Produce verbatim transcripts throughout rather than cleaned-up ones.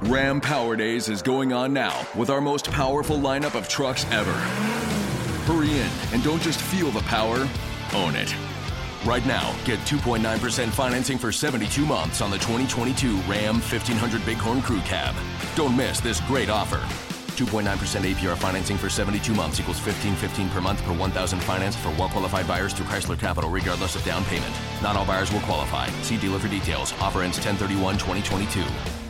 Ram Power Days is going on now with our most powerful lineup of trucks ever. Hurry in and don't just feel the power, own it. Right now, get two point nine percent financing for seventy-two months on the twenty twenty-two Ram fifteen hundred Bighorn Crew Cab. Don't miss this great offer. two point nine percent A P R financing for seventy-two months equals fifteen fifteen per month per one thousand financed for well-qualified buyers through Chrysler Capital regardless of down payment. Not all buyers will qualify. See dealer for details. Offer ends ten thirty-one twenty twenty-two.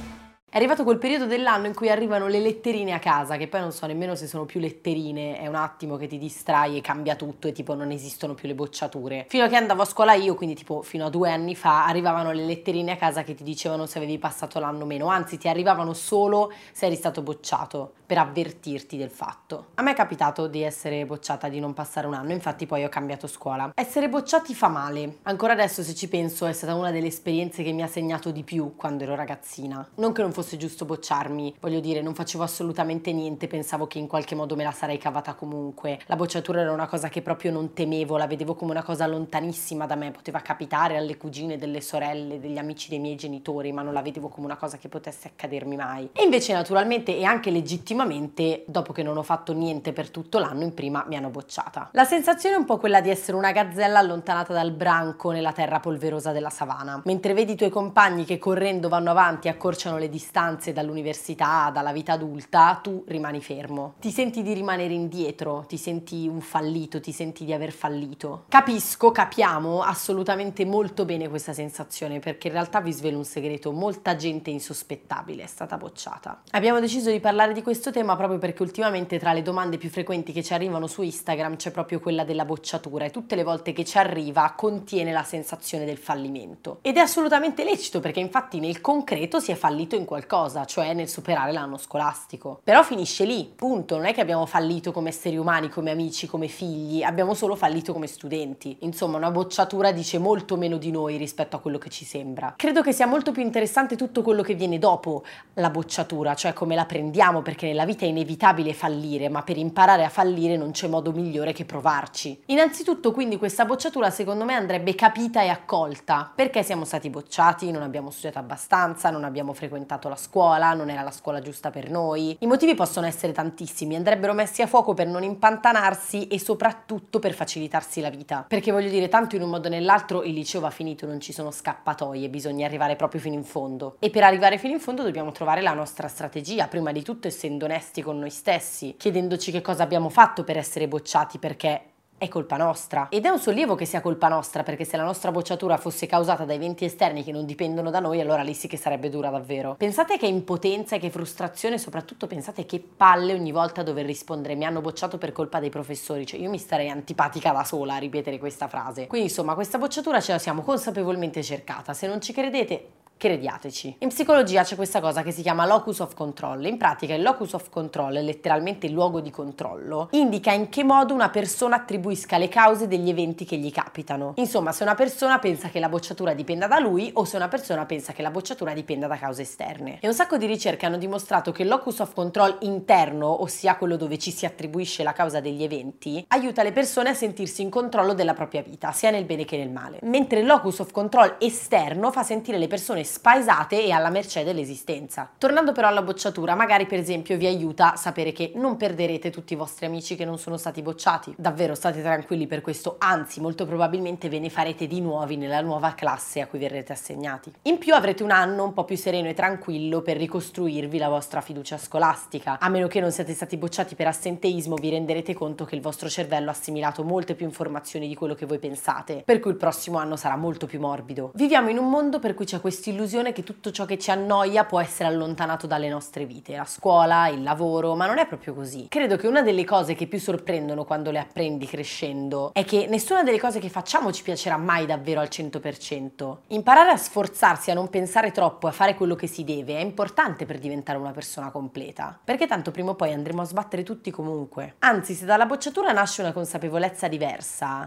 È arrivato quel periodo dell'anno in cui arrivano le letterine a casa, che poi non so nemmeno se sono più letterine, è un attimo che ti distrai e cambia tutto e tipo non esistono più le bocciature. Fino a che andavo a scuola io, quindi tipo fino a due anni fa, arrivavano le letterine a casa che ti dicevano se avevi passato l'anno o meno, anzi ti arrivavano solo se eri stato bocciato, per avvertirti del fatto. A me è capitato di essere bocciata, di non passare un anno, infatti poi ho cambiato scuola. Essere bocciati fa male. Ancora adesso, se ci penso, è stata una delle esperienze che mi ha segnato di più quando ero ragazzina. Non che non fosse fosse giusto bocciarmi, voglio dire, non facevo assolutamente niente, pensavo che in qualche modo me la sarei cavata comunque. La bocciatura era una cosa che proprio non temevo, la vedevo come una cosa lontanissima da me, poteva capitare alle cugine delle sorelle, degli amici dei miei genitori, ma non la vedevo come una cosa che potesse accadermi mai. E invece naturalmente e anche legittimamente, dopo che non ho fatto niente per tutto l'anno, in prima mi hanno bocciata. La sensazione è un po' quella di essere una gazzella allontanata dal branco nella terra polverosa della savana, mentre vedi i tuoi compagni che correndo vanno avanti e accorciano le distanze dall'università, dalla vita adulta, tu rimani fermo. Ti senti di rimanere indietro, ti senti un fallito, ti senti di aver fallito. Capisco, capiamo assolutamente molto bene questa sensazione, perché in realtà vi svelo un segreto, molta gente insospettabile è stata bocciata. Abbiamo deciso di parlare di questo tema proprio perché ultimamente tra le domande più frequenti che ci arrivano su Instagram c'è proprio quella della bocciatura e tutte le volte che ci arriva contiene la sensazione del fallimento. Ed è assolutamente lecito, perché infatti nel concreto si è fallito in qualcosa, cioè nel superare l'anno scolastico. Però finisce lì, punto. Non è che abbiamo fallito come esseri umani, come amici, come figli, abbiamo solo fallito come studenti. Insomma, una bocciatura dice molto meno di noi rispetto a quello che ci sembra. Credo che sia molto più interessante tutto quello che viene dopo la bocciatura, cioè come la prendiamo, perché nella vita è inevitabile fallire, ma per imparare a fallire non c'è modo migliore che provarci. Innanzitutto, quindi, questa bocciatura secondo me andrebbe capita e accolta. Perché siamo stati bocciati? Non abbiamo studiato abbastanza, non abbiamo frequentato la scuola, non era la scuola giusta per noi. I motivi possono essere tantissimi, andrebbero messi a fuoco per non impantanarsi e soprattutto per facilitarsi la vita. Perché voglio dire, tanto in un modo o nell'altro il liceo va finito, non ci sono scappatoie, bisogna arrivare proprio fino in fondo. E per arrivare fino in fondo dobbiamo trovare la nostra strategia, prima di tutto essendo onesti con noi stessi, chiedendoci che cosa abbiamo fatto per essere bocciati, perché è colpa nostra. Ed è un sollievo che sia colpa nostra, perché se la nostra bocciatura fosse causata da eventi esterni che non dipendono da noi, allora lì sì che sarebbe dura davvero. Pensate che impotenza e che frustrazione, soprattutto pensate che palle ogni volta dover rispondere mi hanno bocciato per colpa dei professori, cioè io mi starei antipatica da sola a ripetere questa frase. Quindi insomma questa bocciatura ce la siamo consapevolmente cercata, se non ci credete crediateci. In psicologia c'è questa cosa che si chiama locus of control. In pratica il locus of control, letteralmente il luogo di controllo, indica in che modo una persona attribuisca le cause degli eventi che gli capitano. Insomma, se una persona pensa che la bocciatura dipenda da lui o se una persona pensa che la bocciatura dipenda da cause esterne. E un sacco di ricerche hanno dimostrato che il locus of control interno, ossia quello dove ci si attribuisce la causa degli eventi, aiuta le persone a sentirsi in controllo della propria vita, sia nel bene che nel male. Mentre il locus of control esterno fa sentire le persone spaesate e alla mercé dell'esistenza. Tornando però alla bocciatura, magari per esempio vi aiuta sapere che non perderete tutti i vostri amici che non sono stati bocciati. Davvero state tranquilli per questo, anzi molto probabilmente ve ne farete di nuovi nella nuova classe a cui verrete assegnati. In più avrete un anno un po' più sereno e tranquillo per ricostruirvi la vostra fiducia scolastica. A meno che non siate stati bocciati per assenteismo, vi renderete conto che il vostro cervello ha assimilato molte più informazioni di quello che voi pensate, per cui il prossimo anno sarà molto più morbido. Viviamo in un mondo per cui c'è questa illusione che tutto ciò che ci annoia può essere allontanato dalle nostre vite, la scuola, il lavoro, ma non è proprio così. Credo che una delle cose che più sorprendono quando le apprendi crescendo è che nessuna delle cose che facciamo ci piacerà mai davvero al cento per cento. Imparare a sforzarsi, a non pensare troppo, a fare quello che si deve è importante per diventare una persona completa, perché tanto prima o poi andremo a sbattere tutti comunque. Anzi, se dalla bocciatura nasce una consapevolezza diversa,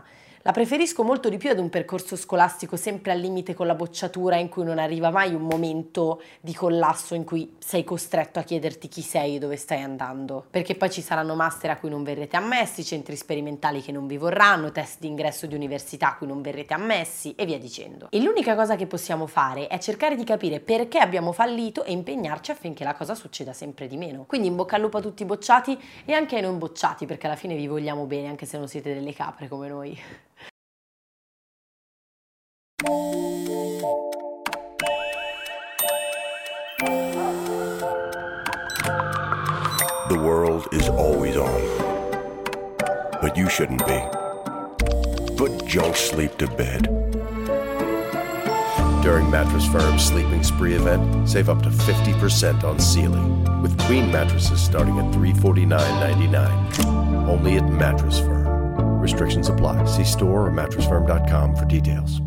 La preferisco molto di più ad un percorso scolastico sempre al limite con la bocciatura, in cui non arriva mai un momento di collasso in cui sei costretto a chiederti chi sei e dove stai andando, perché poi ci saranno master a cui non verrete ammessi, centri sperimentali che non vi vorranno, test di ingresso di università a cui non verrete ammessi e via dicendo. E l'unica cosa che possiamo fare è cercare di capire perché abbiamo fallito e impegnarci affinché la cosa succeda sempre di meno. Quindi in bocca al lupo a tutti i bocciati e anche ai non bocciati, perché alla fine vi vogliamo bene anche se non siete delle capre come noi. The world is always on, but you shouldn't be. Put junk sleep to bed. During Mattress Firm's Sleeping Spree event, save up to fifty percent on Sealy, with queen mattresses starting at three hundred forty-nine ninety-nine. Only at Mattress Firm. Restrictions apply. See store or mattress firm dot com for details.